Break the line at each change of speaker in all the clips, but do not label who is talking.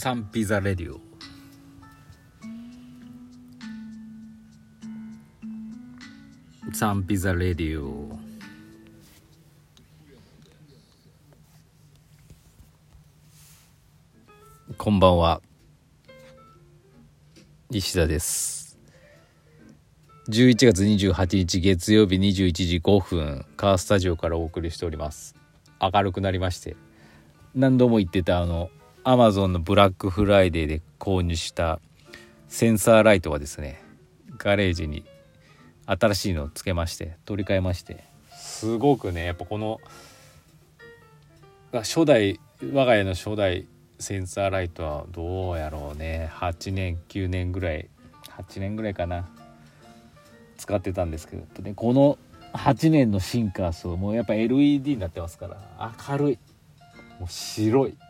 サンピザレディオ。サンピザレディオ。こんばんは、石田です。11月28日月曜日21時5分カースタジオからお送りしております。明るくなりまして、何度も言ってたAmazon のブラックフライデーで購入したセンサーライトがですね、ガレージに新しいのをつけまして取り替えまして、すごくね、やっぱこの我が家の初代センサーライトはどうやろうね、8年9年ぐらい8年ぐらいかな使ってたんですけどね、この8年の進化数もうやっぱ LED になってますから、明るい、もう白い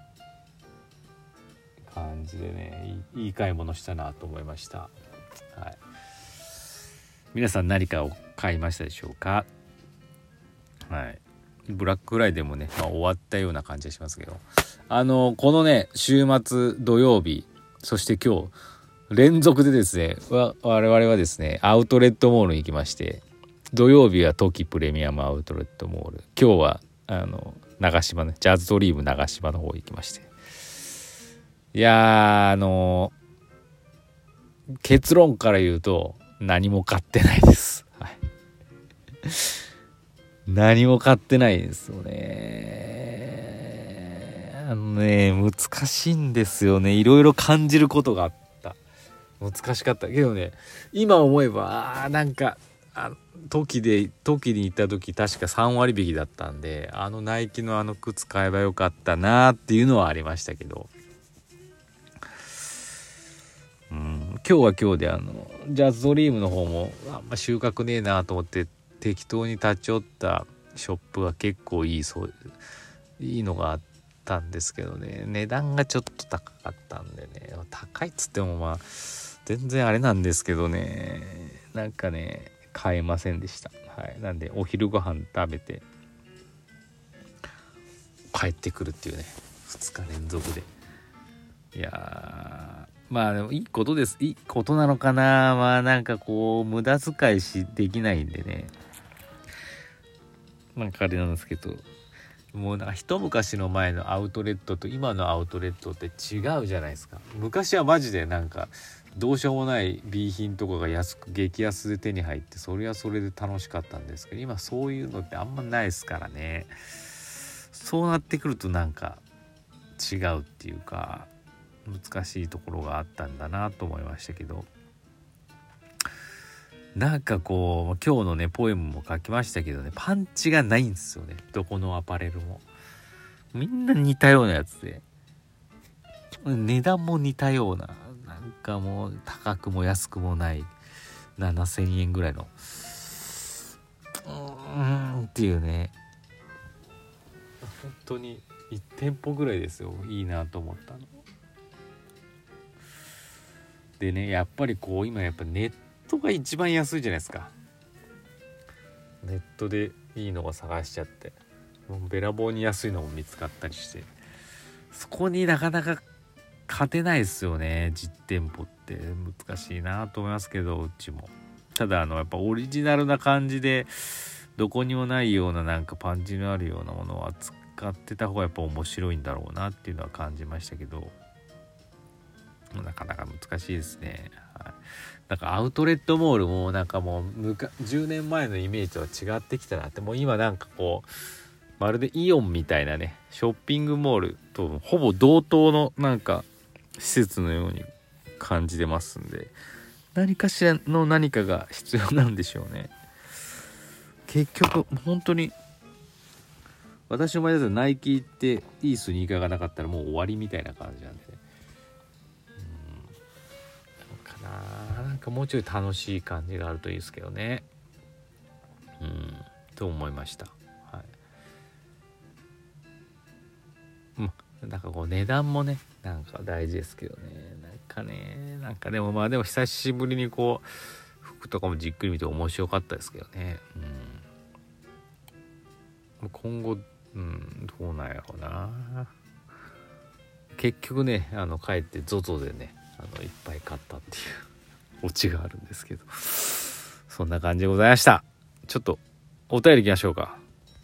感じでね、いい買い物したなと思いました。はい、皆さん何かを買いましたでしょうか。はい、ブラックフライデーもね、終わったような感じがしますけど、このね週末土曜日、そして今日連続でですね、我々はですねアウトレットモールに行きまして、土曜日はトキプレミアムアウトレットモール、今日は長島ね、ジャズドリーム長島の方行きまして、いや結論から言うと何も買ってないです、はい、何も買ってないですよね。難しいんですよね。いろいろ感じることがあった。難しかったけどね、今思えばなんか時に行った時確か3割引きだったんで、ナイキの靴買えばよかったなっていうのはありましたけど、今日は今日でジャズドリームの方もあんま収穫ねえなと思って適当に立ち寄ったショップが結構いいのがあったんですけどね、値段がちょっと高かったんでね、高いっつっても全然あれなんですけどね、なんかね買えませんでした。はい、なんでお昼ご飯食べて帰ってくるっていうね、2日連続で、いやでもいいことです。いいことなのかな。なんかこう無駄遣いできないんでね、なんかあれなんですけど、もうなんか一昔の前のアウトレットと今のアウトレットって違うじゃないですか。昔はマジでなんかどうしようもない B 品とかが激安で手に入って、それはそれで楽しかったんですけど、今そういうのってあんまないですからね。そうなってくるとなんか違うっていうか難しいところがあったんだなと思いましたけど、なんかこう今日のねポエムも書きましたけどね、パンチがないんですよね。どこのアパレルもみんな似たようなやつで、値段も似たような、なんかもう高くも安くもない7000円ぐらいのっていうね、本当に1店舗ぐらいですよ、いいなと思ったのでね。やっぱりこう今やっぱネットが一番安いじゃないですか。ネットでいいのを探しちゃって、もうべらぼうに安いのも見つかったりして、そこになかなか勝てないですよね。実店舗って難しいなと思いますけど、うちもただやっぱオリジナルな感じでどこにもないようななんかパンチのあるようなものを使ってた方がやっぱ面白いんだろうなっていうのは感じましたけど、なかなか難しいですね。はい、なんかアウトレットモールもなんかもう10年前のイメージとは違ってきたなって、もう今なんかこうまるでイオンみたいなね、ショッピングモールとほぼ同等のなんか施設のように感じてますんで、何かしらの何かが必要なんでしょうね。結局本当に私の場合だとナイキ行っていいスニーカーがなかったらもう終わりみたいな感じなんで、なんかもうちょい楽しい感じがあるといいですけどね。と思いました。はい。なんかこう値段もねなんか大事ですけどね。なんかでもでも久しぶりにこう服とかもじっくり見て面白かったですけどね。今後どうなんやろうな。 結局ね帰って ZOZO でねいっぱい買ったっていうオチがあるんですけど、そんな感じでございました。ちょっとお便りいきましょうか。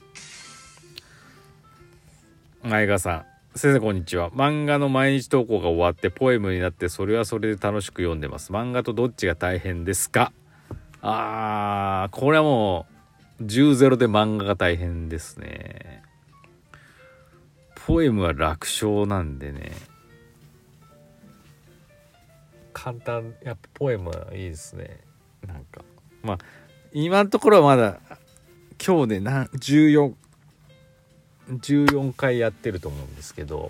前川さん、先生こんにちは。漫画の毎日投稿が終わってポエムになって、それはそれで楽しく読んでます。漫画とどっちが大変ですか？これはもう10-0で漫画が大変ですね。ポエムは楽勝なんでね、簡単。やっぱポエムはいいですね。なんかまあ今のところはまだ今日で14回やってると思うんですけど、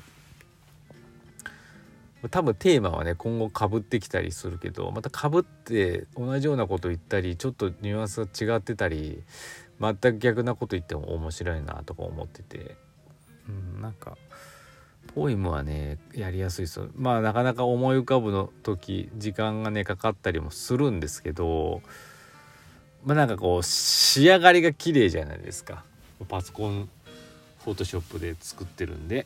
多分テーマはね今後被ってきたりするけど、また被って同じようなこと言ったり、ちょっとニュアンスが違ってたり、全く逆なこと言っても面白いなとか思ってて、なんかポエムはねやりやすいですよ。まあなかなか思い浮かぶの時時間がねかかったりもするんですけど、なんかこう仕上がりが綺麗じゃないですか。パソコンフォトショップで作ってるんで、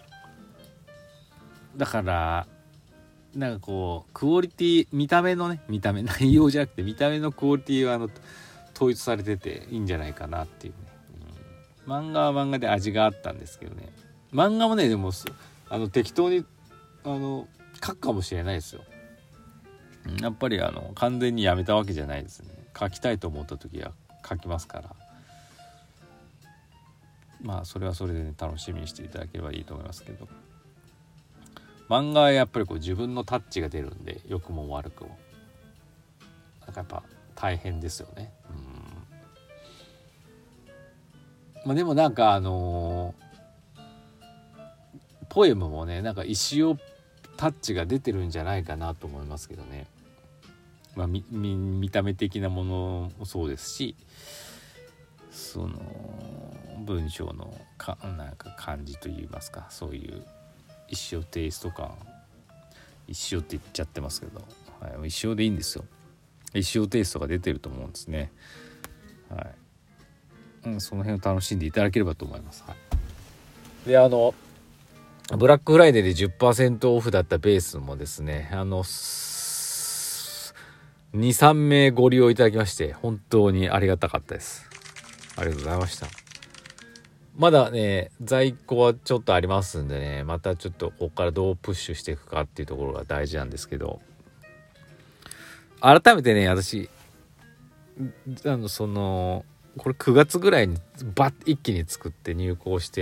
だからなんかこうクオリティ、見た目内容じゃなくて見た目のクオリティは統一されてていいんじゃないかなっていうね、漫画は漫画で味があったんですけどね、漫画もねでも適当に書くかもしれないですよ。やっぱり完全にやめたわけじゃないですね。書きたいと思った時は書きますから、まあそれはそれでね楽しみにしていただければいいと思いますけど、漫画はやっぱりこう自分のタッチが出るんで、良くも悪くもなんかやっぱ大変ですよね。でもなんかポエムもねなんか石尾タッチが出てるんじゃないかなと思いますけどね。見た目的なものもそうですし、その文章のなんか感じといいますか、そういう石尾テイスト感、石尾って言っちゃってますけど、石尾でいいんですよ。石尾テイストが出てると思うんですね。その辺を楽しんでいただければと思います。でブラックフライデーで 10% オフだったベースもですね、2,3 名ご利用いただきまして本当にありがたかったです。ありがとうございました。まだね在庫はちょっとありますんでね、またちょっとここからどうプッシュしていくかっていうところが大事なんですけど、改めてね私これ9月ぐらいに一気に作って入稿して、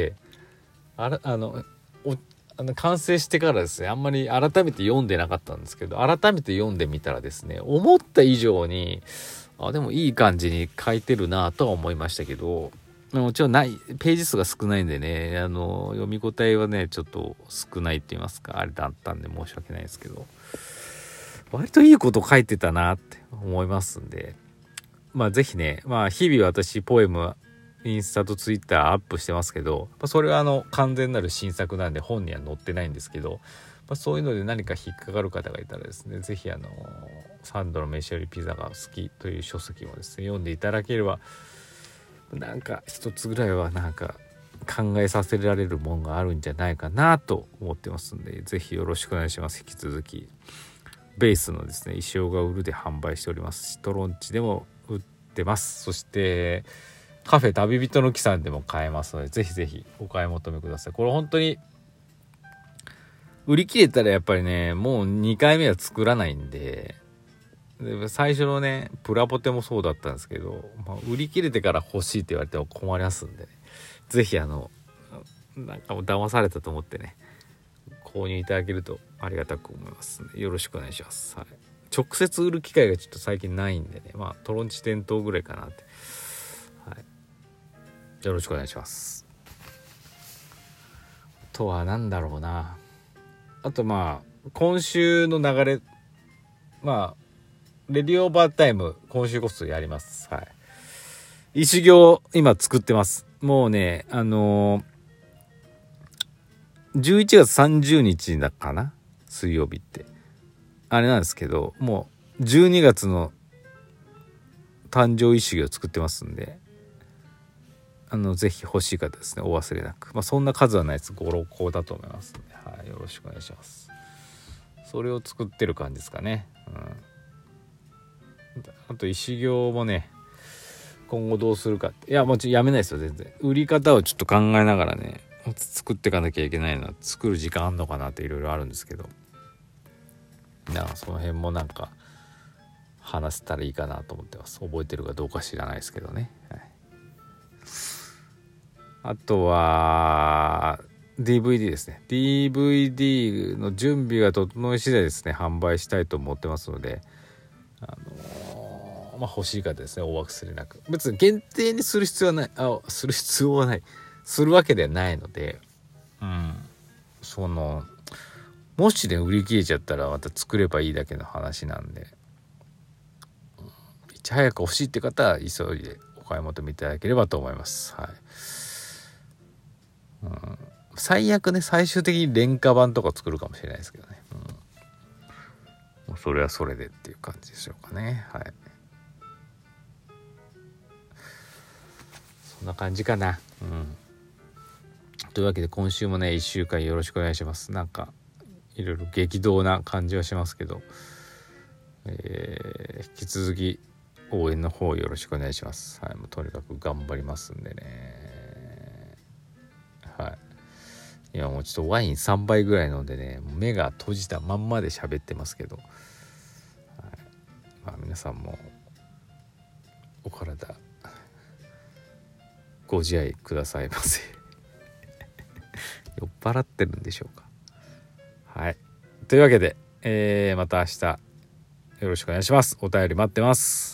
完成してからですね、あんまり改めて読んでなかったんですけど、改めて読んでみたらですね、思った以上にでもいい感じに書いてるなとは思いましたけど、もちろんページ数が少ないんでね、読み応えはねちょっと少ないって言いますか、あれだったんで申し訳ないですけど、割といいこと書いてたなって思いますんで、ぜひね、日々私ポエムインスタとツイッターアップしてますけど、それは完全なる新作なんで本には載ってないんですけど、そういうので何か引っかかる方がいたらですね、ぜひサンドの飯よりピザが好きという書籍もですね読んでいただければ、なんか一つぐらいはなんか考えさせられるもんがあるんじゃないかなと思ってますんで、ぜひよろしくお願いします。引き続きベースのですね石尾が売るで販売しておりますし、トロンチでも売ってます。そしてカフェ旅人の木さんでも買えますので、ぜひぜひお買い求めください。これ本当に売り切れたらやっぱりねもう2回目は作らないんで、最初のねプラポテもそうだったんですけど、売り切れてから欲しいって言われても困りますんでね、ぜひなんか騙されたと思ってね購入いただけるとありがたく思いますので、よろしくお願いします。直接売る機会がちょっと最近ないんでね、トロンチ店頭ぐらいかなって、よろしくお願いします。とはなんだろうな、あと今週の流れ、レディオーバータイム今週こそやります。一行今作ってます。もうね11月30日だかな、水曜日ってあれなんですけど、もう12月の誕生一行を作ってますんで、 ぜひ欲しい方ですね、お忘れなく。そんな数はないです。5、6個だと思いますので、はい、よろしくお願いします。それを作ってる感じですかね。あと石行もね、今後どうするかって、いやもちろんやめないですよ、全然。売り方をちょっと考えながらね作っていかなきゃいけないな、作る時間あんのかなっていろいろあるんですけど、その辺もなんか話せたらいいかなと思ってます。覚えてるかどうか知らないですけどね、はい。あとは DVD ですね。 DVD の準備が整い次第ですね、販売したいと思ってますので、欲しい方ですね、お忘れなく。別に限定にする必要はない、するわけではないので、もしね売り切れちゃったらまた作ればいいだけの話なんで、いち早く欲しいって方は急いでお買い求めいただければと思います。はい。最悪ね、最終的に廉価版とか作るかもしれないですけどね、もうそれはそれでっていう感じでしょうかね。はい、そんな感じかな。というわけで今週もね1週間よろしくお願いします。なんかいろいろ激動な感じはしますけど、引き続き応援の方よろしくお願いします。はい、もうとにかく頑張りますんでね。はい。今もうちょっとワイン3杯ぐらい飲んでね、目が閉じたまんまで喋ってますけど、はい、皆さんもお体ご自愛くださいませ。酔っ払ってるんでしょうか。はい。というわけで、また明日よろしくお願いします。お便り待ってます。